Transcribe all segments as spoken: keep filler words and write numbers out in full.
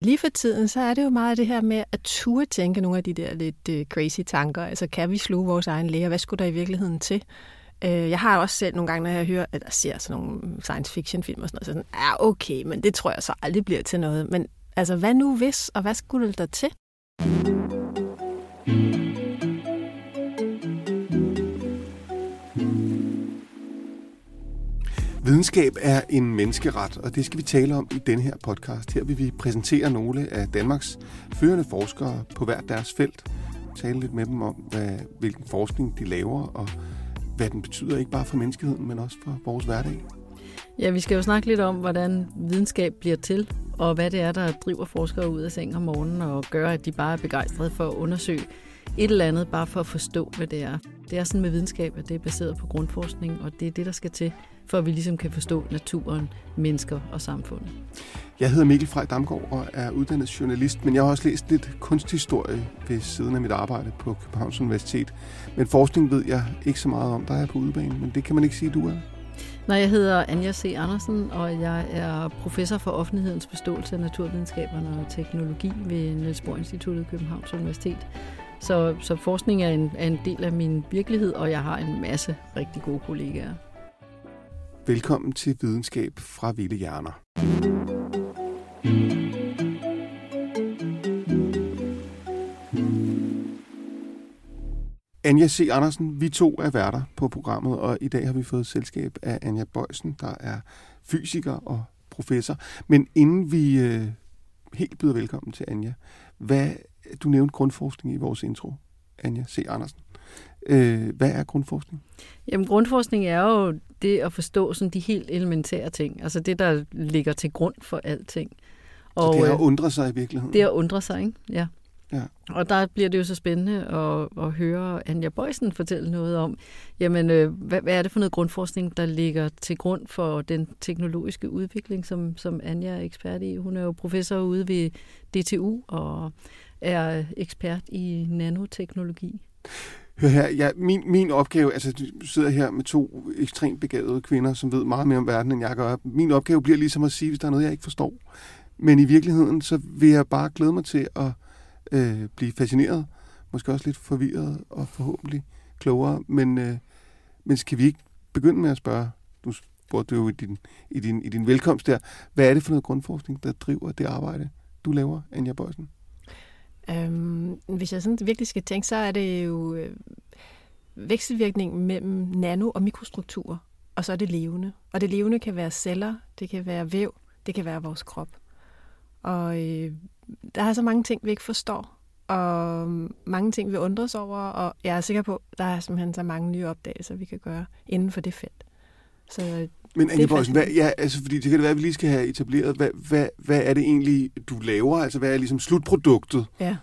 lige for tiden, så er det jo meget det her med at turde tænke nogle af de der lidt uh, crazy tanker. Altså, kan vi sluge vores egen læger? Hvad skulle der i virkeligheden til? Uh, jeg har også selv nogle gange, når jeg hører, eller ser sådan nogle science fiction film og sådan noget, så sådan, ja, okay, men det tror jeg så aldrig bliver til noget. Men altså, hvad nu hvis, og hvad skulle der til? Videnskab er en menneskeret, og det skal vi tale om i denne her podcast. Her vil vi præsentere nogle af Danmarks førende forskere på hver deres felt. Tale lidt med dem om, hvad, hvilken forskning de laver, og hvad den betyder, ikke bare for menneskeheden, men også for vores hverdag. Ja, vi skal jo snakke lidt om, hvordan videnskab bliver til, og hvad det er, der driver forskere ud af seng om morgenen, og gør, at de bare er begejstrede for at undersøge et eller andet, bare for at forstå, hvad det er. Det er sådan med videnskab, at det er baseret på grundforskning, og det er det, der skal til, for at vi ligesom kan forstå naturen, mennesker og samfundet. Jeg hedder Mikkel Frey Damgaard og er uddannet journalist, men jeg har også læst lidt kunsthistorie ved siden af mit arbejde på Københavns Universitet. Men forskning ved jeg ikke så meget om, der er på udebane, men det kan man ikke sige, du er. Nej, jeg hedder Anja C. Andersen, og jeg er professor for offentlighedens forståelse af naturvidenskaberne og teknologi ved Niels Bohr Instituttet i Københavns Universitet. Så, så forskning er en, er en del af min virkelighed, og jeg har en masse rigtig gode kollegaer. Velkommen til Videnskab fra Vilde Hjerner. Anja C. Andersen, vi to er værter på programmet, og i dag har vi fået selskab af Anja Boysen, der er fysiker og professor. Men inden vi øh, helt byder velkommen til Anja, hvad, du nævnte grundforskning i vores intro, Anja C. Andersen. Øh, hvad er grundforskning? Jamen, grundforskning er jo det at forstå sådan de helt elementære ting, altså det, der ligger til grund for alting. Og så det er at undre sig i virkeligheden? Det er at undre sig, ikke? Ja. Ja. Og der bliver det jo så spændende at, at høre Anja Boysen fortælle noget om, jamen, øh, hvad, hvad er det for noget grundforskning, der ligger til grund for den teknologiske udvikling, som, som Anja er ekspert i. Hun er jo professor ude ved D T U og er ekspert i nanoteknologi. Hør her, ja, min, min opgave, altså du sidder her med to ekstremt begavede kvinder, som ved meget mere om verden, end jeg gør. Min opgave bliver ligesom at sige, hvis der er noget, jeg ikke forstår. Men i virkeligheden, så vil jeg bare glæde mig til at øh, blive fascineret, måske også lidt forvirret og forhåbentlig klogere. Men, øh, men skal vi ikke begynde med at spørge, du spurgte jo i din, i, din, i din velkomst der, hvad er det for noget grundforskning, der driver det arbejde, du laver, Anja Boysen? Øhm, hvis jeg sådan virkelig skal tænke, så er det jo øh, vekselvirkningen mellem nano- og mikrostrukturer, og så er det levende. Og det levende kan være celler, det kan være væv, det kan være vores krop. Og øh, der er så mange ting, vi ikke forstår, og mange ting, vi undres over, og jeg er sikker på, at der er simpelthen så mange nye opdagelser, vi kan gøre inden for det felt. Så Men Anja Boysen, hvad, ja, altså, fordi det kan det være, at vi lige skal have etableret, hvad, hvad, hvad er det egentlig, du laver? Altså, hvad er ligesom slutproduktet? Ja.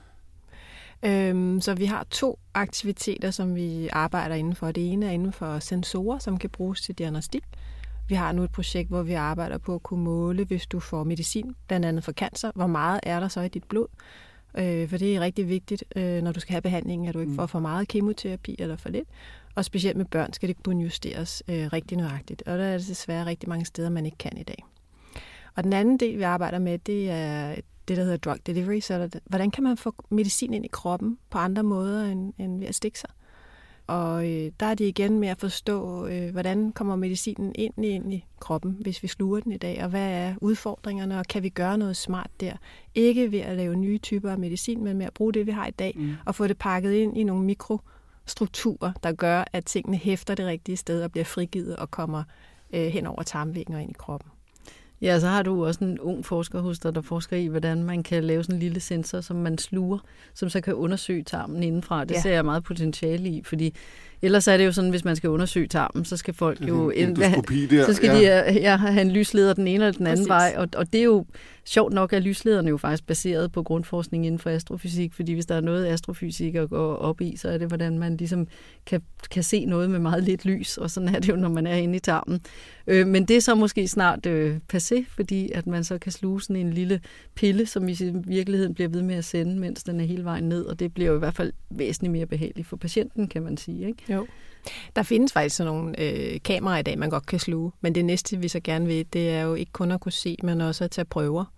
Øhm, så vi har to aktiviteter, som vi arbejder inden for. Det ene er inden for sensorer, som kan bruges til diagnostik. Vi har nu et projekt, hvor vi arbejder på at kunne måle, hvis du får medicin, blandt andet for cancer, hvor meget er der så i dit blod? Øh, for det er rigtig vigtigt, øh, når du skal have behandling, at du ikke får for meget kemoterapi eller for lidt. Og specielt med børn skal det kunne justeres øh, rigtig nøjagtigt. Og der er det desværre rigtig mange steder, man ikke kan i dag. Og den anden del, vi arbejder med, det er det, der hedder drug delivery. Så der, hvordan kan man få medicin ind i kroppen på andre måder end, end ved at stikke sig? Og øh, der er det igen med at forstå, øh, hvordan kommer medicinen ind, ind i kroppen, hvis vi sluger den i dag, og hvad er udfordringerne, og kan vi gøre noget smart der? Ikke ved at lave nye typer af medicin, men med at bruge det, vi har i dag, mm. og få det pakket ind i nogle mikrostrukturer, der gør, at tingene hæfter det rigtige sted og bliver frigivet og kommer øh, hen over tarmvæggen og ind i kroppen. Ja, så har du også en ung forsker hos dig, der forsker i, hvordan man kan lave sådan en lille sensor, som man sluger, som så kan undersøge tarmen indenfra. Det ja. ser jeg meget potentiale i, fordi ellers er det jo sådan, hvis man skal undersøge tarmen, så skal folk jo endoskopi der. Så skal ja. de ja, have en lysleder den ene eller den anden Præcis. vej, og, og det er jo sjovt nok, at lyslederne jo faktisk baseret på grundforskning inden for astrofysik, fordi hvis der er noget astrofysik at gå op i, så er det, hvordan man ligesom kan, kan se noget med meget lidt lys, og sådan er det jo, når man er inde i tarmen. Øh, men det er så måske snart øh, passé, fordi at man så kan sluge sådan en lille pille, som i virkeligheden bliver ved med at sende, mens den er hele vejen ned, og det bliver jo i hvert fald væsentligt mere behageligt for patienten, kan man sige, ikke? Jo. Der findes faktisk sådan nogle øh, kameraer i dag, man godt kan sluge, men det næste, vi så gerne vil, det er jo ikke kun at kunne se, men også at tage prøver.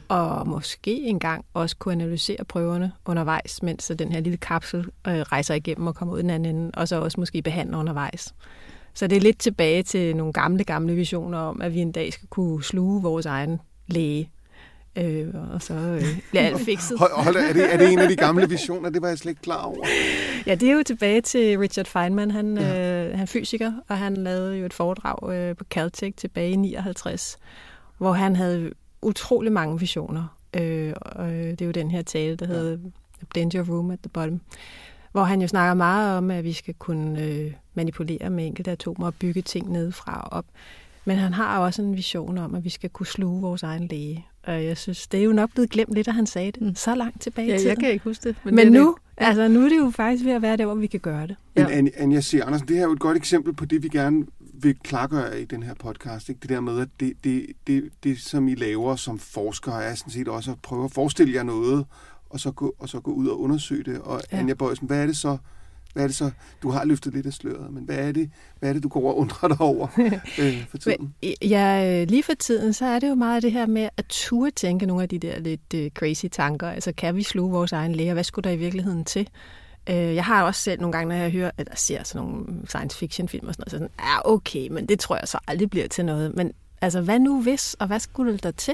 og måske engang også kunne analysere prøverne undervejs, mens den her lille kapsel øh, rejser igennem og kommer ud den anden ende, og så også måske behandle undervejs. Så det er lidt tilbage til nogle gamle, gamle visioner om, at vi en dag skal kunne sluge vores egen læge. Øh, og så øh, bliver alt fikset. Hold, hold, er, det, er det en af de gamle visioner? Det var jeg slet ikke klar over. Ja, det er jo tilbage til Richard Feynman. Han, ja. øh, han er fysiker, og han lavede jo et foredrag øh, på Caltech tilbage i nioghalvtreds, hvor han havde utrolig mange visioner. Øh, og det er jo den her tale, der hedder Danger Room at the Bottom, hvor han jo snakker meget om, at vi skal kunne øh, manipulere med enkelte atomer og bygge ting nedefra og op. Men han har også en vision om, at vi skal kunne sluge vores egen læge. Og jeg synes, det er jo nok blevet glemt lidt, at han sagde det. Så langt tilbage i ja, tiden. jeg kan ikke huske det. Men, men det nu, det. altså, nu er det jo faktisk ved at være der, hvor vi kan gøre det. Men ja. Anja C. Andersen, det her er jo et godt eksempel på det, vi gerne vil klargøre i den her podcast. Ikke? Det der med, at det, det, det, det, som I laver som forskere, er sådan set også at prøve at forestille jer noget, og så gå, og så gå ud og undersøge det. Og ja. Anja Bojsen, hvad er det så? Hvad er det så? Du har løftet lidt af sløret, men hvad er det, hvad er det du går og undrer dig over øh, for tiden? Ja, lige for tiden, så er det jo meget det her med at turde tænke nogle af de der lidt uh, crazy tanker. Altså, kan vi sluge vores egen læge? Hvad skulle der i virkeligheden til? Uh, jeg har også selv nogle gange, når jeg hører, eller ser sådan nogle science fiction film og sådan noget, så sådan, ja, okay, men det tror jeg så aldrig bliver til noget. Men altså, hvad nu hvis, og hvad skulle der til?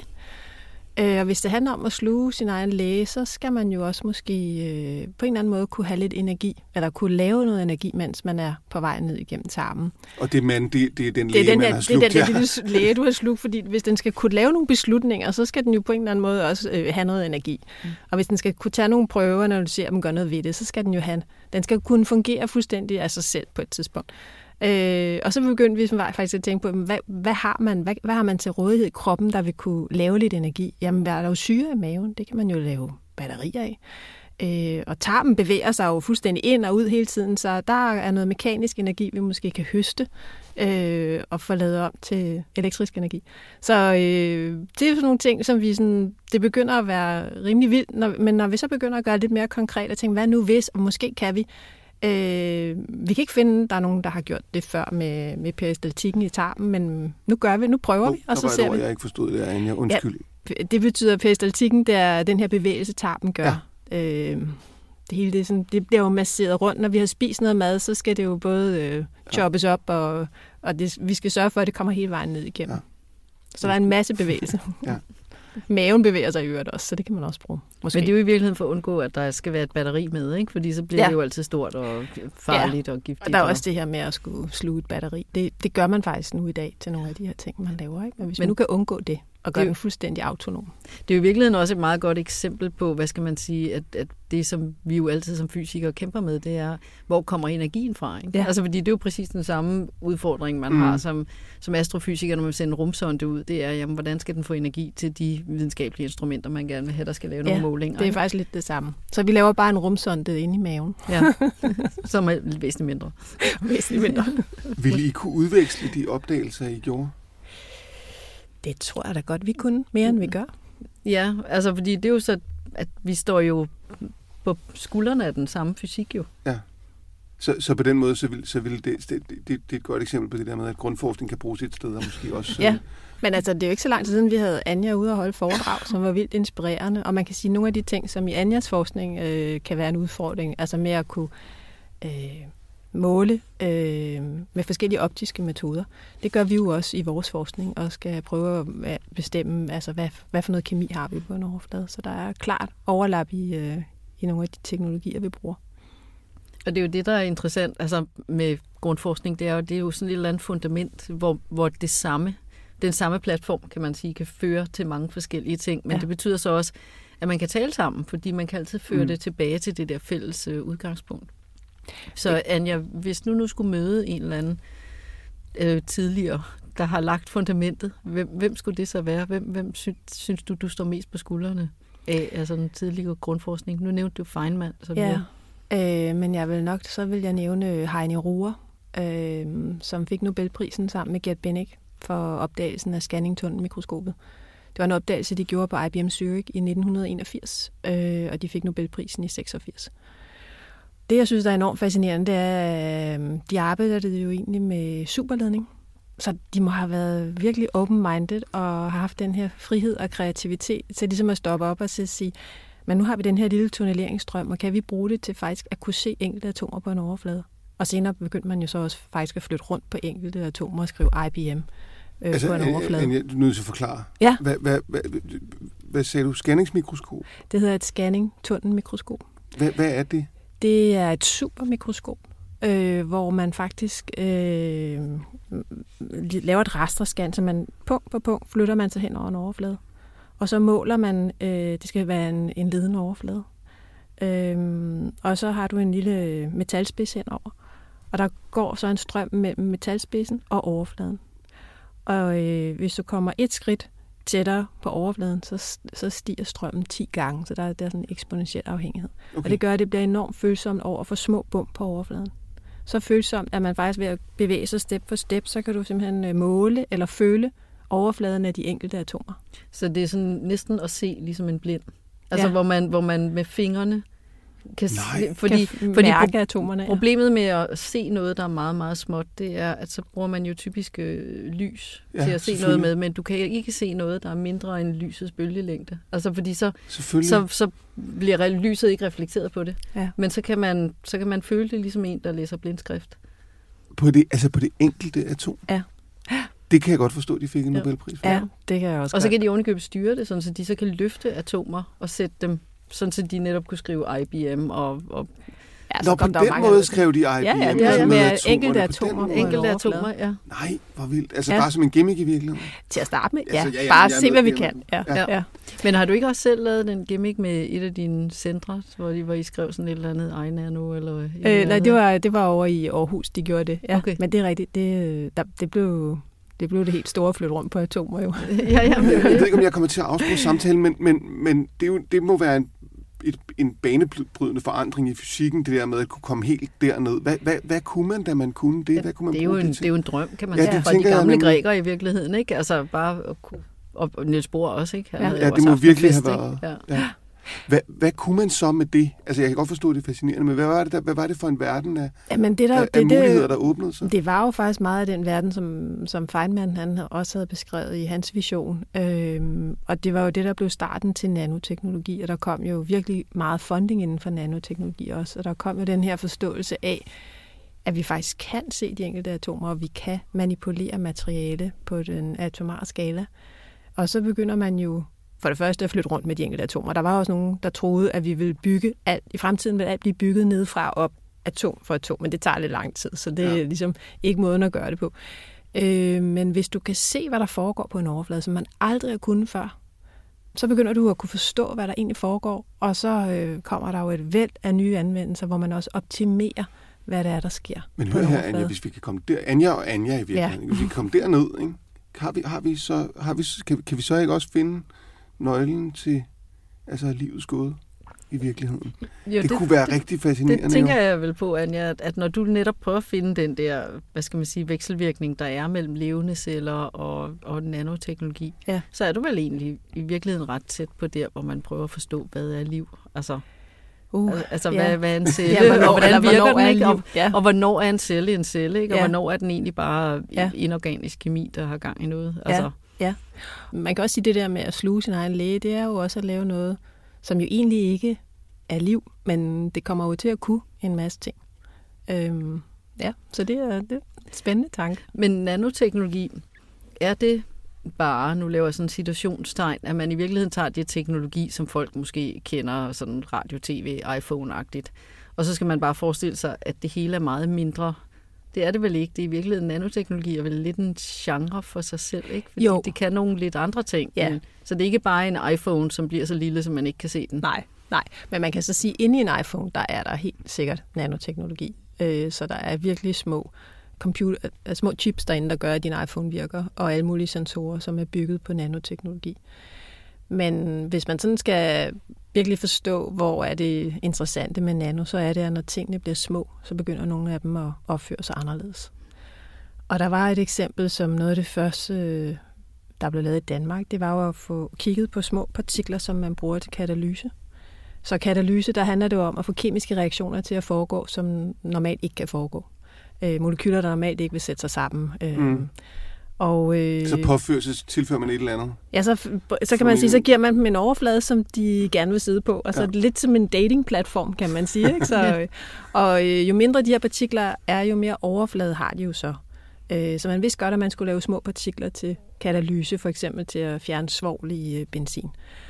Og hvis det handler om at sluge sin egen læge, så skal man jo også måske øh, på en eller anden måde kunne have lidt energi, eller kunne lave noget energi, mens man er på vej ned igennem tarmen. Og det, man, det, det er den det er læge, den her, man har slugt. Det er den lille læge, du har slugt, fordi hvis den skal kunne lave nogle beslutninger, så skal den jo på en eller anden måde også øh, have noget energi. Mm. Og hvis den skal kunne tage nogle prøver og analysere dem og gøre noget ved det, så skal den jo have, den skal kunne fungere fuldstændig af sig selv på et tidspunkt. Øh, og så begyndte vi faktisk at tænke på, hvad, hvad, har man, hvad, hvad har man til rådighed i kroppen, der vil kunne lave lidt energi? Jamen, der er jo syre i maven, det kan man jo lave batterier af. Øh, og tarmen bevæger sig jo fuldstændig ind og ud hele tiden, så der er noget mekanisk energi, vi måske kan høste øh, og få lavet om til elektrisk energi. Så øh, det er jo sådan nogle ting, som vi sådan, det begynder at være rimelig vildt, når, men når vi så begynder at gøre lidt mere konkret og tænke, hvad nu hvis, og måske kan vi. Øh, vi kan ikke finde, der er nogen, der har gjort det før med, med peristaltikken i tarmen, men nu gør vi, nu prøver oh, vi, og så ser vi. Jeg ikke forstod det, Anja. Undskyld. Ja, det betyder, at peristaltikken, det er den her bevægelse, tarmen gør. Ja. Øh, det hele det, sådan, det bliver jo masseret rundt. Når vi har spist noget mad, så skal det jo både øh, choppes op, og, og det, vi skal sørge for, at det kommer hele vejen ned igennem. Ja. Så der er en masse bevægelse. Ja. Maven bevæger sig i øvrigt også, så det kan man også bruge. Måske. Men det er jo i virkeligheden for at undgå, at der skal være et batteri med, ikke? Fordi så bliver ja. det jo altid stort og farligt ja. og giftigt. Og der er også det her med at skulle sluge et batteri. Det, det gør man faktisk nu i dag til nogle af de her ting, man laver. Ikke? Men hvis Men, man nu kan undgå det, og gøre den fuldstændig autonom. Det er jo i virkeligheden også et meget godt eksempel på, hvad skal man sige, at, at det, som vi jo altid som fysikere kæmper med, det er, hvor kommer energien fra? Ikke? Ja. Altså, fordi det er jo præcis den samme udfordring, man mm. har som, som astrofysiker, når man sender en rumsonde ud. Det er, jamen, hvordan skal den få energi til de videnskabelige instrumenter, man gerne vil have, der skal lave ja, nogle målinger? Det er faktisk lidt det samme. Så vi laver bare en rumsonde inde i maven. Ja, som er væsentligt mindre. væsentligt mindre. Vil I kunne udveksle de opdagelser, I gjorde? Det tror jeg da godt, vi kunne. Mere end vi gør. Ja, altså fordi det er jo så, at vi står jo på skuldrene af den samme fysik jo. Ja. Så, så på den måde, så vil, så vil det, det, det, det er et godt eksempel på det der med, at grundforskning kan bruges et sted, og måske også... ja, men altså det er jo ikke så lang tid siden, vi havde Anja ude og holde foredrag, som var vildt inspirerende, og man kan sige, at nogle af de ting, som i Anjas forskning øh, kan være en udfordring, altså med at kunne... Øh, måle øh, med forskellige optiske metoder. Det gør vi jo også i vores forskning, og skal prøve at bestemme, altså hvad, hvad for noget kemi har vi på en overflade. Så der er klart overlap i, øh, i nogle af de teknologier, vi bruger. Og det er jo det, der er interessant altså med grundforskning, det er jo, det er jo sådan et eller andet fundament, hvor, hvor det samme, den samme platform, kan man sige, kan føre til mange forskellige ting. Men ja. det betyder så også, at man kan tale sammen, fordi man kan altid føre mm. det tilbage til det der fælles øh, udgangspunkt. Så Anja, hvis nu nu skulle møde en eller anden øh, tidligere, der har lagt fundamentet, hvem, hvem skulle det så være? Hvem, hvem synes, synes du, du står mest på skuldrene af, altså den tidligere grundforskning? Nu nævnte du Feynman. Så ja, øh, men jeg vil nok, så vil jeg nævne Heini Ruhr, øh, som fik Nobelprisen sammen med Gert Bennick for opdagelsen af Scanningtunnel-mikroskopet. Det var en opdagelse, de gjorde på I B M Zurich i nitten enogfirs, øh, og de fik Nobelprisen i seksogfirs. Det, jeg synes, der er enormt fascinerende, det er, at de arbejdede jo egentlig med superledning. så de må have været virkelig open-minded og have haft den her frihed og kreativitet til ligesom at stoppe op og sige, men nu har vi den her lille tunneleringsstrøm, og kan vi bruge det til faktisk at kunne se enkelte atomer på en overflade? Og senere begyndte man jo så også faktisk at flytte rundt på enkelte atomer og skrive I B M øh, altså, på en overflade. Altså, du er nødt til at forklare. Ja. Hvad, hvad, hvad, hvad sagde du? Scanningsmikroskop? Det hedder et scanning-tunnelmikroskop. Hvad, hvad er det? Det er et supermikroskop, øh, hvor man faktisk øh, laver et rasterscan, så man punkt for punkt flytter man sig hen over en overflade. Og så måler man, øh, det skal være en, en ledende overflade. Øhm, og så har du en lille metalspids henover. Og der går så en strøm mellem metalspidsen og overfladen. Og øh, hvis du kommer et skridt tættere på overfladen, så, så stiger strømmen ti gange. Så der, der er sådan en eksponentiel afhængighed. Okay. Og det gør, at det bliver enormt følsomt over for små bump på overfladen. Så følsomt, at man faktisk ved at bevæge sig step for step, så kan du simpelthen måle eller føle overfladen af de enkelte atomer. Så det er sådan næsten at se ligesom en blind. Altså ja. hvor, man, hvor man med fingrene kan, Nej. fordi, kan fordi mærke atomerne. Ja. Problemet med at se noget, der er meget, meget småt, det er, at så bruger man jo typisk øh, lys ja, til at se noget med, men du kan ikke se noget, der er mindre end lysets bølgelængde. Altså fordi så, så, så bliver lyset ikke reflekteret på det. Ja. Men så kan, man, så kan man føle det ligesom en, der læser blindskrift. På det, altså på det enkelte atom? Ja. Det kan jeg godt forstå, de fik en Nobelpris for. Ja, det kan jeg også. Og så kan de ovenikøbet styre det, sådan, så de så kan løfte atomer og sætte dem, sådan så de netop kunne skrive I B M og... og ja, så Nå, på den måde skrev de I B M. Ja, ja, det er med atomerne, enkelte atomer. Enkelte atomer, ja. Nej, hvor vildt. Altså ja. bare som en gimmick i virkeligheden. Til at starte med, ja. Altså, ja, ja bare jeg, se, hvad vi kan. Ja. Ja. Ja. Men har du ikke også selv lavet den gimmick med et af dine centre, hvor, de, hvor I skrev sådan et eller andet iNano? Eller et øh, eller nej, det var, det var over i Aarhus, de gjorde det. Ja. Okay. Men det er rigtigt. Det, der, det blev... Det blev det helt store flytte rundt på atomer jo. ja, ja, jeg ved ikke, om jeg kommer til at afslutte samtalen, men, men, men det, jo, det må være en, et, en banebrydende forandring i fysikken, det der med at kunne komme helt derned. Hvad, hvad, hvad kunne man, da man kunne det? Hvad kunne man det, er jo en, det, det er jo en drøm, kan man ja, sige, fra de gamle grækere i virkeligheden. Ikke? Altså bare, og Niels Bohr også, ikke? Ja, ja det må virkelig fest, have været. Ja. Ja. Hvad, hvad kunne man så med det? Altså, jeg kan godt forstå, det er fascinerende, men hvad var det, der, hvad var det for en verden af, Jamen, det der, af, af det, muligheder, det, der åbnede sig? Det var jo faktisk meget af den verden, som, som Feynman han også havde beskrevet i hans vision. Øhm, og det var jo det, der blev starten til nanoteknologi, og der kom jo virkelig meget funding inden for nanoteknologi også, og der kom jo den her forståelse af, at vi faktisk kan se de enkelte atomer, og vi kan manipulere materiale på den atomare skala. Og så begynder man jo for det første at flytte rundt med de enkelte atomer. Der var også nogen, der troede, at vi ville bygge alt. I fremtiden vil alt blive bygget nedefra op, atom for atom, men det tager lidt lang tid, så det ja. er ligesom ikke måden at gøre det på. Øh, men hvis du kan se, hvad der foregår på en overflade, som man aldrig har kunnet før, så begynder du at kunne forstå, hvad der egentlig foregår, og så øh, kommer der jo et væld af nye anvendelser, hvor man også optimerer, hvad det er, der sker. Men hør her, Anja, hvis vi kan komme der, Anja og Anja i virkeligheden, ja. hvis vi kan komme derned, ikke? Har vi, har vi så, har vi, kan, kan vi så ikke også finde nøglen til altså livets gåde i virkeligheden? Jo, det, det kunne være det, rigtig fascinerende. Det tænker jo. jeg vel på, Anja, at, at når du netop prøver at finde den der, hvad skal man sige, vekselvirkning, der er mellem levende celler og, og nanoteknologi, ja. så er du vel egentlig i virkeligheden ret tæt på der, hvor man prøver at forstå, hvad er liv? Altså, uh, altså ja. hvad, hvad er en celle, ja, hvornår, og hvordan virker den, ikke? Og, ja. og hvornår er en celle en celle, ikke? Og ja. hvornår er den egentlig bare ja. inorganisk kemi, der har gang i noget? Altså, ja. Ja, man kan også sige, det der med at sluge sin egen læge, det er jo også at lave noget, som jo egentlig ikke er liv, men det kommer jo til at kunne en masse ting. Øhm, ja, så det er, det er en spændende tanke. Men nanoteknologi, er det bare, nu laver jeg sådan en situationstegn, at man i virkeligheden tager det teknologi, som folk måske kender, sådan radio-tv, iPhone-agtigt, og så skal man bare forestille sig, at det hele er meget mindre. Det er det vel ikke. Det er i virkeligheden nanoteknologi er vel lidt en genre for sig selv, ikke? Fordi jo. det kan nogle lidt andre ting. Ja. Men, så det er ikke bare en iPhone, som bliver så lille, så man ikke kan se den. Nej, nej. Men man kan så sige, at inde i en iPhone, der er der helt sikkert nanoteknologi. Øh, så der er virkelig små, computer, små chips derinde, der gør, at din iPhone virker, og alle mulige sensorer, som er bygget på nanoteknologi. Men hvis man sådan skal virkelig forstå, hvor er det interessante med nano, så er det, at når tingene bliver små, så begynder nogle af dem at opføre sig anderledes. Og der var et eksempel, som noget af det første, der blev lavet i Danmark, det var jo at få kigget på små partikler, som man bruger til katalyse. Så katalyse, der handler det om at få kemiske reaktioner til at foregå, som normalt ikke kan foregå. Øh, molekyler, der normalt ikke vil sætte sig sammen. Øh, mm. Og, øh, så påfører, så tilfører man et eller andet? Ja, så, så kan man sige, så giver man dem en overflade, som de gerne vil sidde på. Altså ja. Lidt som en datingplatform, kan man sige. Ikke? Så, ja. Og øh, jo mindre de her partikler er, jo mere overflade har de jo så. Øh, så man vidste godt, at man skulle lave små partikler til katalyse, for eksempel til at fjerne svovl i øh, benzin.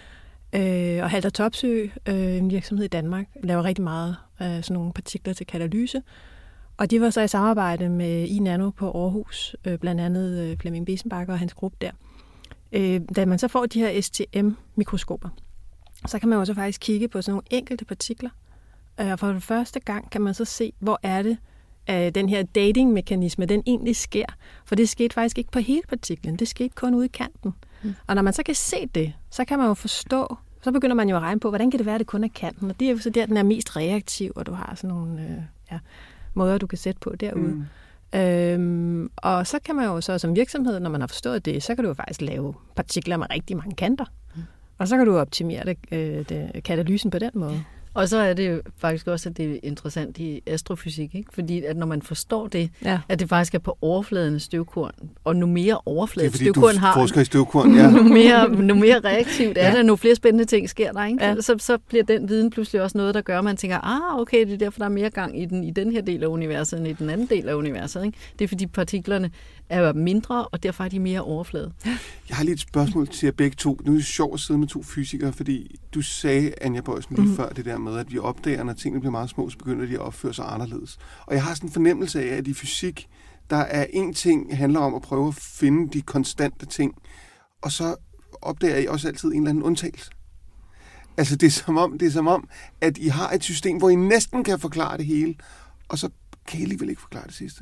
Øh, og Halter Topsøe, øh, en virksomhed i Danmark, laver rigtig meget af øh, sådan nogle partikler til katalyse. Og de var så i samarbejde med iNano på Aarhus, øh, blandt andet øh, Flemming Besenbakker og hans gruppe der. Øh, da man så får de her S T M-mikroskoper, så kan man jo så faktisk kigge på sådan nogle enkelte partikler. Øh, og for den første gang kan man så se, hvor er det, at den her dating-mekanisme, den egentlig sker. For det skete faktisk ikke på hele partiklen, det skete kun ude i kanten. Mm. Og når man så kan se det, så kan man jo forstå, så begynder man jo at regne på, hvordan kan det være, at det kun er kanten. Og det er jo så der, den er mest reaktiv, og du har sådan nogle øh, ja, måder, du kan sætte på derude. Mm. Øhm, og så kan man jo så som virksomhed, når man har forstået det, så kan du jo faktisk lave partikler med rigtig mange kanter. Mm. Og så kan du optimere det, øh, det, katalysen på den måde. Og så er det jo faktisk også, at det er interessant i astrofysik, ikke? Fordi at når man forstår det, ja. At det faktisk er på overfladen af støvkorn, og nu mere overfladen støvkorn har, forsker i støvkorn, ja. nu, mere, nu mere reaktivt er ja. Der, nu flere spændende ting sker der, ikke? Ja. Så, så bliver den viden pludselig også noget, der gør, at man tænker, ah, okay, det er derfor, der er mere gang i den, i den her del af universet, end i den anden del af universet, ikke? Det er fordi partiklerne er mindre, og derfor er de mere overflade. Jeg har lige et spørgsmål til jer begge to. Nu er det sjovt at sidde med to fysikere, fordi du sagde, Anja Bojsen, lige mm. før det der med, at vi opdager, når tingene bliver meget små, så begynder de at opføre sig anderledes. Og jeg har sådan en fornemmelse af, at i fysik, der er en ting, handler om at prøve at finde de konstante ting, og så opdager I også altid en eller anden undtagelse. Altså det er som om, det er som om, at I har et system, hvor I næsten kan forklare det hele, og så kan I alligevel ikke forklare det sidste.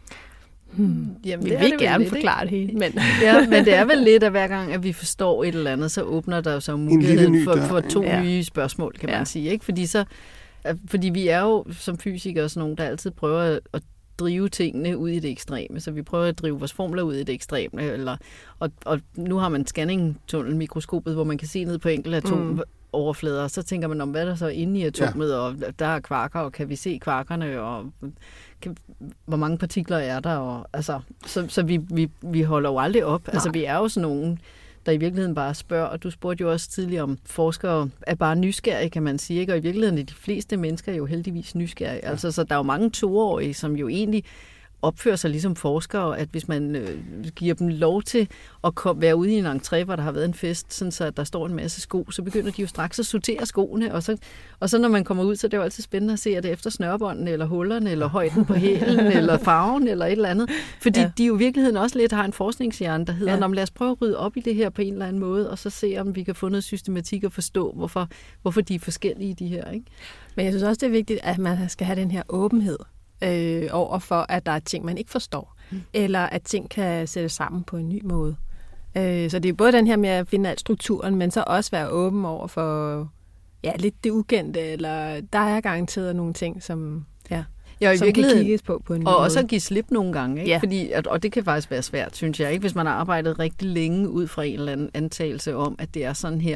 Hmm. Jamen, vi vil gerne lidt, forklare det hele. Men. Ja, men det er vel lidt, at hver gang, at vi forstår et eller andet, så åbner der så muligheden for, for to ja. nye spørgsmål, kan man ja. sige. Ikke? Fordi, så, fordi vi er jo som fysikere sådan nogle, der altid prøver at drive tingene ud i det ekstreme. Så vi prøver at drive vores formler ud i det ekstreme. Eller, og, og nu har man scanning-tunnelmikroskopet, hvor man kan se ned på enkelte atom. Mm. overflader, så tænker man om, hvad er der så inde i atomet, ja. Og der er kvarker, og kan vi se kvarkerne, og kan, hvor mange partikler er der, og altså, så, så vi, vi, vi holder jo aldrig op. Nej. Altså, vi er jo sådan nogen, der i virkeligheden bare spørger, og du spurgte jo også tidligere om, forskere er bare nysgerrige, kan man sige, ikke? Og i virkeligheden er de fleste mennesker jo heldigvis nysgerrige. Ja. Altså, så der er jo mange toårige, som jo egentlig opfører sig ligesom forskere, at hvis man øh, giver dem lov til at kom, være ude i en entré, hvor der har været en fest, sådan så der står en masse sko, så begynder de jo straks at sortere skoene, og så, og så når man kommer ud, så er det jo altid spændende at se, at det efter snørbåndene, eller hullerne, eller højden på hælen, eller farven, eller et eller andet. Fordi ja. de jo i virkeligheden også lidt har en forskningshjerne, der hedder, ja. lad os prøve at rydde op i det her på en eller anden måde, og så se, om vi kan få noget systematik og forstå, hvorfor, hvorfor de er forskellige, de her. Ikke? Men jeg synes også, det er vigtigt, at man skal have den her åbenhed Øh, over for, at der er ting, man ikke forstår, mm. eller at ting kan sættes sammen på en ny måde. Øh, så det er både den her med at finde alt strukturen, men så også være åben over for ja, lidt det ukendte, eller der er garanteret nogle ting, som, ja, ja, som kan kigges på på en ny og måde. Og også at give slip nogle gange, ikke? Ja. Fordi, at, og det kan faktisk være svært, synes jeg, ikke? Hvis man har arbejdet rigtig længe ud fra en eller anden antagelse om, at det er sådan her,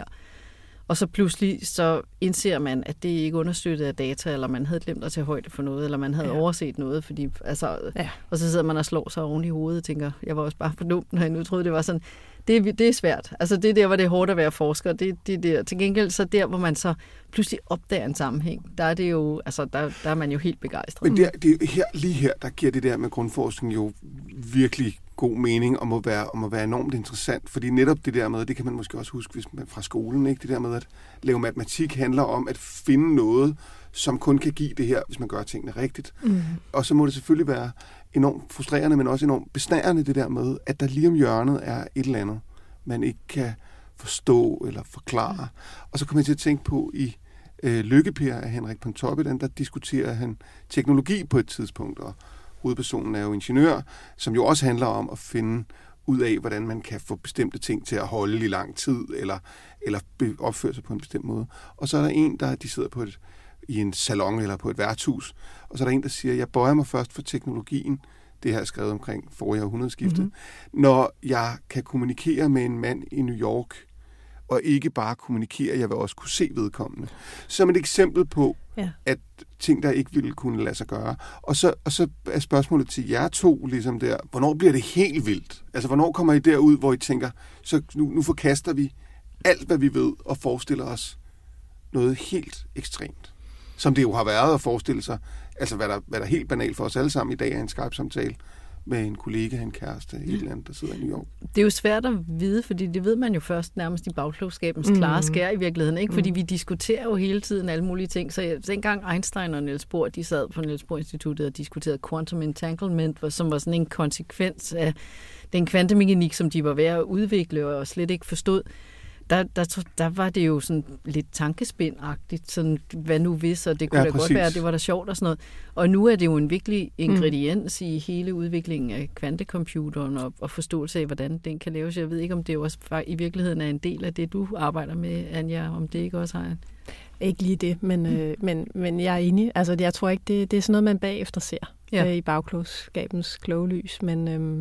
og så pludselig så indser man, at det ikke er understøttet af data, eller man havde glemt at tage højde for noget, eller man havde ja. overset noget, fordi, altså, ja. og så sidder man og slår sig oven i hovedet og tænker, jeg var også bare for dum, når jeg nu troede, det var sådan. Det, det er svært. Altså det er der, hvor det er hårdt at være forsker. Det, det er der. Til gengæld så der, hvor man så pludselig opdager en sammenhæng, der er det jo, altså der, der er man jo helt begejstret. Men der, det er her, lige her, der giver det der med grundforskning jo virkelig god mening og må være, og må være enormt interessant, fordi netop det der med, det kan man måske også huske hvis man, fra skolen, ikke? Det der med at lave matematik handler om at finde noget, som kun kan give det her, hvis man gør tingene rigtigt. Mm. Og så må det selvfølgelig være enormt frustrerende, men også enormt besnærende det der med, at der lige om hjørnet er et eller andet, man ikke kan forstå eller forklare. Mm. Og så kommer jeg til at tænke på i øh, Lykke-Per af Henrik Pontoppidan, der diskuterer han teknologi på et tidspunkt, og hovedpersonen er jo ingeniør, som jo også handler om at finde ud af, hvordan man kan få bestemte ting til at holde i lang tid, eller, eller opføre sig på en bestemt måde. Og så er der en, der de sidder på et, i en salon eller på et værtshus, og så er der en, der siger, jeg bøjer mig først for teknologien, det har jeg skrevet omkring forrige århundredeskiftet, mm-hmm. når jeg kan kommunikere med en mand i New York, og ikke bare kommunikere, jeg vil også kunne se vedkommende. Som et eksempel på, ja. At ting, der ikke ville kunne lade sig gøre. Og så, og så er spørgsmålet til jer to, ligesom der, hvornår bliver det helt vildt? Altså, hvornår kommer I derud, hvor I tænker, så nu, nu forkaster vi alt, hvad vi ved, og forestiller os noget helt ekstremt. Som det jo har været at forestille sig, altså hvad der, hvad der er helt banalt for os alle sammen i dag, er en Skype-samtale med en kollega, en kæreste, et eller andet, der sidder i New York. Det er jo svært at vide, fordi det ved man jo først nærmest i bagklogskabens mm. klare skær i virkeligheden, ikke? Fordi mm. vi diskuterer jo hele tiden alle mulige ting. Så jeg, dengang Einstein og Niels Bohr, de sad på Niels Bohr Instituttet og diskuterede quantum entanglement, som var sådan en konsekvens af den kvantemekanik, som de var ved at udvikle og slet ikke forstod. Der, der, der var det jo sådan lidt tankespindagtigt, sådan hvad nu hvis, og det kunne ja, da præcis. Godt være, at det var da sjovt og sådan noget. Og nu er det jo en vigtig ingrediens mm. i hele udviklingen af kvantecomputeren og, og forståelse af, hvordan den kan laves. Jeg ved ikke, om det også i virkeligheden er en del af det, du arbejder med, Anja, om det ikke også har en... Ikke lige det, men, mm. øh, men, men jeg er enig. Altså, jeg tror ikke, det, det er sådan noget, man bagefter ser ja. øh, i bagklogskabens kloge lys, men... Øh,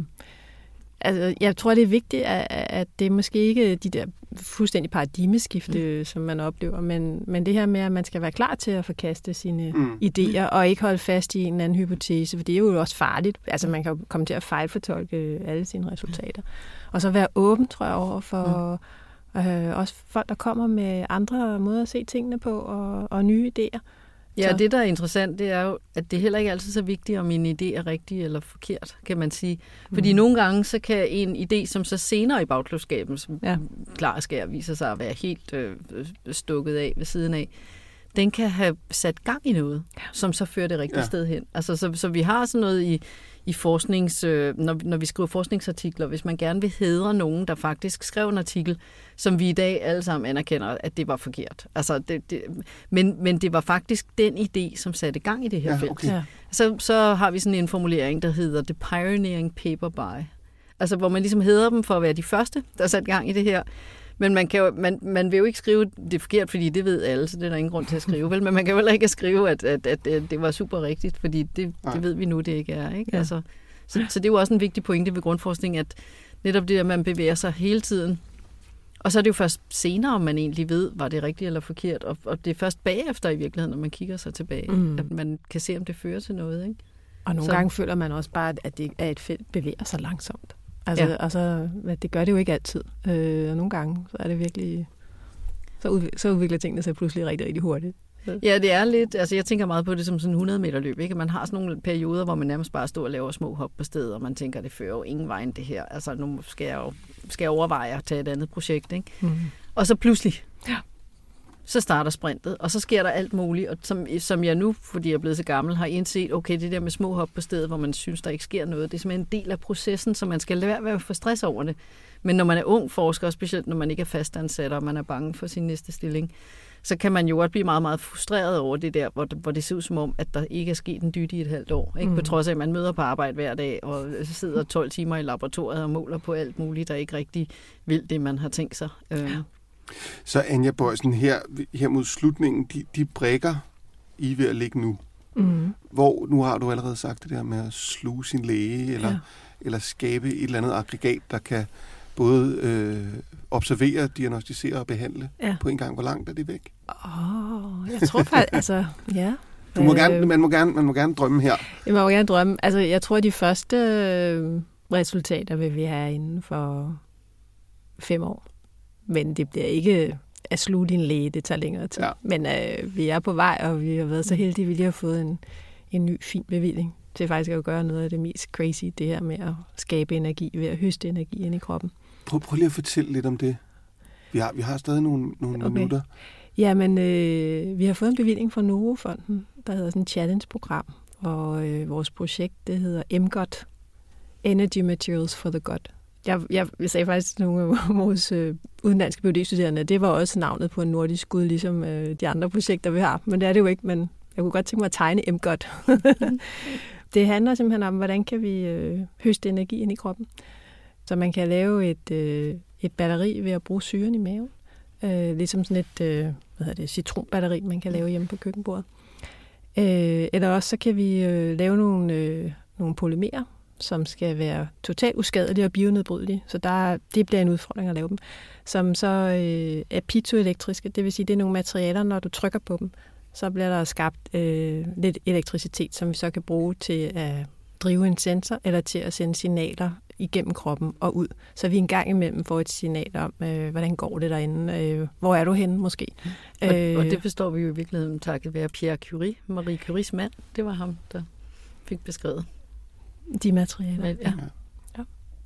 Altså, jeg tror, det er vigtigt, at, at det er måske ikke de der fuldstændig paradigmeskifte, mm. som man oplever, men, men det her med, at man skal være klar til at forkaste sine mm. idéer, og ikke holde fast i en eller anden hypotese, for det er jo også farligt. Altså, man kan jo komme til at fejlfortolke alle sine resultater. Og så være åben, tror jeg, over for mm. øh, også folk, der kommer med andre måder at se tingene på, og, og nye idéer. Ja, så. Det, der er interessant, det er jo, at det heller ikke altid så vigtigt, om en idé er rigtig eller forkert, kan man sige. Fordi mm. nogle gange, så kan en idé, som så senere i bagklogskabens ja. klare skær viser sig at være helt øh, stukket af ved siden af, den kan have sat gang i noget, ja. som så fører det rigtige ja. sted hen. Altså, så, så vi har sådan noget i, i forsknings... Øh, når, når vi skriver forskningsartikler, hvis man gerne vil hædre nogen, der faktisk skrev en artikel, som vi i dag alle sammen anerkender, at det var forkert. Altså, det, det, men, men det var faktisk den idé, som satte gang i det her ja, felt. Okay. Ja. Så, så har vi sådan en formulering, der hedder The Pioneering Paper By. Altså, hvor man ligesom hædrer dem for at være de første, der satte gang i det her. Men man, kan jo, man, man vil jo ikke skrive det forkert, fordi det ved alle, så det er der ingen grund til at skrive. Vel? Men man kan jo heller ikke skrive, at, at, at, at det var super rigtigt, fordi det, det ved vi nu, det ikke er. Ikke? Ja. Altså, så, så det er jo også en vigtig pointe ved grundforskning, at netop det, at man bevæger sig hele tiden. Og så er det jo først senere, man egentlig ved, var det rigtigt eller forkert. Og, og det er først bagefter i virkeligheden, når man kigger sig tilbage, mm. at man kan se, om det fører til noget. Ikke? Og nogle så. gange føler man også bare, at det er et felt bevæger sig langsomt. Altså, ja. altså, det gør det jo ikke altid. Øh, og nogle gange, så er det virkelig... Så, udvikler, så udvikler tingene sig pludselig rigtig, rigtig hurtigt. Så. Ja, det er lidt... Altså, jeg tænker meget på det som sådan en hundrede meter løb, ikke? Man har sådan nogle perioder, hvor man nærmest bare står og laver små hop på stedet, og man tænker, det fører jo ingen vejen, det her. Altså, nu skal jeg jo skal jeg overveje at tage et andet projekt, ikke? Mm. Og så pludselig... Ja. Så starter sprintet, og så sker der alt muligt, og som, som jeg nu, fordi jeg er blevet så gammel, har indset, okay, det der med små hop på stedet, hvor man synes, der ikke sker noget, det er simpelthen en del af processen, så man skal lade være med at få stress over det. Men når man er ung forsker, specielt når man ikke er fastansat, og man er bange for sin næste stilling, så kan man jo godt blive meget, meget frustreret over det der, hvor, hvor det ser ud som om, at der ikke er sket en dyt i et halvt år. Ikke? Mm. På trods af, at man møder på arbejde hver dag, og sidder tolv timer i laboratoriet og måler på alt muligt, der ikke rigtig vil det, man har tænkt sig. Ja. Så Anja Boysen, her, her mod slutningen, de, de brækker I ved at ligge nu. Mm. Hvor, nu har du allerede sagt det der med at sluge sin læge, eller, ja. eller skabe et eller andet aggregat, der kan både øh, observere, diagnostisere og behandle ja. på en gang. Hvor langt er det væk? Åh, oh, jeg tror faktisk, altså, ja. Du må gerne, man, må gerne, man må gerne drømme her. Jeg må gerne drømme. Altså, jeg tror, de første øh, resultater vil vi have inden for fem år. Men det bliver ikke at sluge din læge, det tager længere tid. Ja. Men øh, vi er på vej, og vi har været så heldige, at vi lige har fået en, en ny, fin bevilling til faktisk at gøre noget af det mest crazy, det her med at skabe energi ved at høste energi ind i kroppen. Prøv, prøv lige at fortælle lidt om det. Vi har, vi har stadig nogle, nogle okay. minutter. Jamen, øh, vi har fået en bevilling fra Novo-fonden, der hedder sådan et challenge-program, og øh, vores projekt, det hedder M G O T, Energy Materials for the God. Jeg, jeg, jeg sagde faktisk til nogle af vores øh, udenlandske P H D-studerende, det var også navnet på en nordisk gud, ligesom øh, de andre projekter, vi har. Men det er det jo ikke, men jeg kunne godt tænke mig at tegne M G O T. Det handler simpelthen om, hvordan kan vi øh, høste energi ind i kroppen. Så man kan lave et, øh, et batteri ved at bruge syren i maven. Øh, ligesom sådan et øh, hvad hedder det, citronbatteri, man kan lave hjemme på køkkenbordet. Øh, eller også så kan vi øh, lave nogle, øh, nogle polymerer, som skal være totalt uskadelige og bionedbrydelige. Så der, det bliver en udfordring at lave dem. Som så øh, er piezoelektriske, det vil sige, det er nogle materialer, når du trykker på dem, så bliver der skabt øh, lidt elektricitet, som vi så kan bruge til at drive en sensor, eller til at sende signaler igennem kroppen og ud. Så vi en gang imellem får et signal om, øh, hvordan går det derinde, øh, hvor er du henne måske. Og, øh, og det forstår vi jo i virkeligheden takket være Pierre Curie, Marie Curies mand. Det var ham, der fik beskrevet de materialer. Ja. Ja. Ja.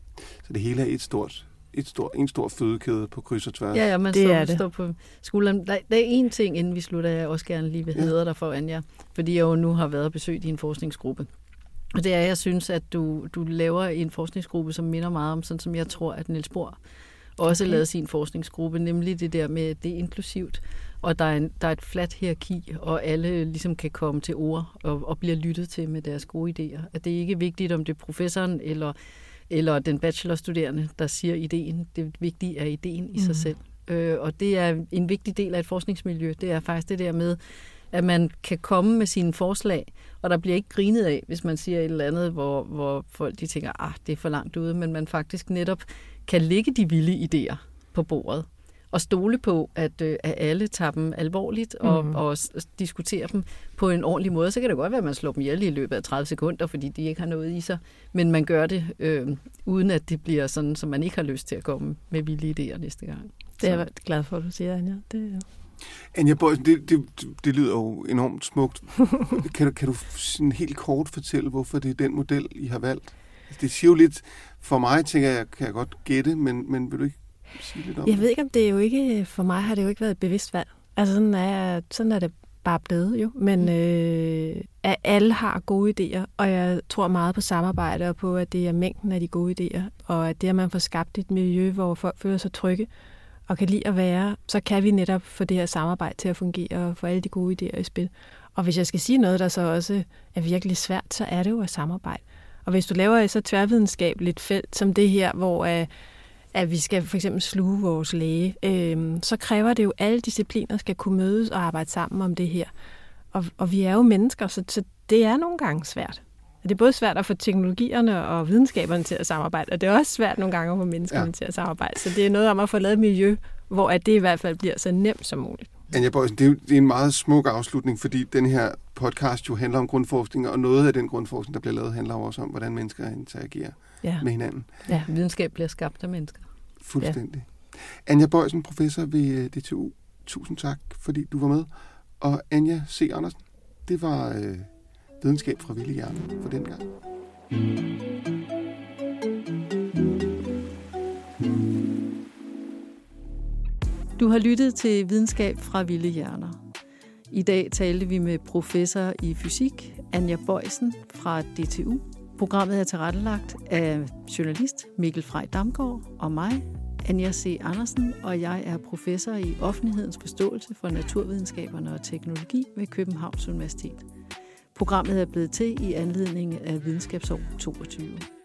Så det hele er et stort, et stort, en stor fødekæde på kryds og tværs. Ja, ja, man det står, er det. står på skulderen. Der, der er én ting, inden vi slutter, jeg også gerne lige vil Ja. hedre dig for, Anja, fordi jeg jo nu har været og besøgt din forskningsgruppe. Og det er, jeg synes, at du, du laver en forskningsgruppe, som minder meget om, sådan som jeg tror, at Niels Bohr også okay. lavede sin forskningsgruppe, nemlig det der med, at det er inklusivt, og der er, en, der er et fladt hierarki, og alle ligesom kan komme til ord og, og bliver lyttet til med deres gode idéer. At det er ikke vigtigt, om det er professoren eller, eller den bachelorstuderende, der siger ideen. Det vigtige er ideen i mm. sig selv. Øh, og det er en vigtig del af et forskningsmiljø. Det er faktisk det der med, at man kan komme med sine forslag, og der bliver ikke grinet af, hvis man siger et eller andet, hvor, hvor folk de tænker, ah, det er for langt ude, men man faktisk netop kan lægge de vilde idéer på bordet, og stole på, at, øh, at alle tager dem alvorligt og, mm. og s- diskuterer dem på en ordentlig måde. Så kan det godt være, at man slår dem ihjel i løbet af tredive sekunder, fordi de ikke har noget i sig, men man gør det, øh, uden at det bliver sådan, så man ikke har lyst til at komme med vilde idéer næste gang. Det er jeg glad for, at du siger, Anja. Det Anja Boysen, det, det, det lyder jo enormt smukt. Kan du, kan du sådan helt kort fortælle, hvorfor det er den model, I har valgt? Det siger jo lidt, for mig tænker jeg, kan jeg godt gætte, men, men vil du ikke sige lidt om Jeg det? ved ikke, om det er jo ikke, for mig har det jo ikke været et bevidst valg. Altså sådan er, sådan er det bare blevet jo. Men øh, at alle har gode idéer, og jeg tror meget på samarbejde, og på, at det er mængden af de gode idéer, og at det, at man får skabt et miljø, hvor folk føler sig trygge, og kan lide at være, så kan vi netop få det her samarbejde til at fungere og få alle de gode idéer i spil. Og hvis jeg skal sige noget, der så også er virkelig svært, så er det jo at samarbejde. Og hvis du laver et så tværvidenskabeligt felt som det her, hvor at, at vi skal for eksempel sluge vores læge, øh, så kræver det jo, at alle discipliner skal kunne mødes og arbejde sammen om det her. Og, og vi er jo mennesker, så, så det er nogle gange svært. Det er både svært at få teknologierne og videnskaberne til at samarbejde, og det er også svært nogle gange at få menneskerne ja. til at samarbejde. Så det er noget om at få lavet et miljø, hvor at det i hvert fald bliver så nemt som muligt. Anja Boysen, det er, det er en meget smuk afslutning, fordi den her podcast jo handler om grundforskning, og noget af den grundforskning, der bliver lavet, handler også om, hvordan mennesker interagerer ja. med hinanden. Ja, videnskab bliver skabt af mennesker. Fuldstændig. Ja. Anja Boysen, professor ved D T U. Tusind tak, fordi du var med. Og Anja C. Andersen, det var øh, videnskab fra vilde hjerner for den gang. Du har lyttet til Videnskab fra vilde hjerner. I dag talte vi med professor i fysik, Anja Boysen fra D T U. Programmet er tilrettelagt af journalist Mikkel Frey Damgaard og mig, Anja C. Andersen, og jeg er professor i offentlighedens forståelse for naturvidenskaberne og teknologi ved Københavns Universitet. Programmet er blevet til i anledning af Videnskabsår toogtyve.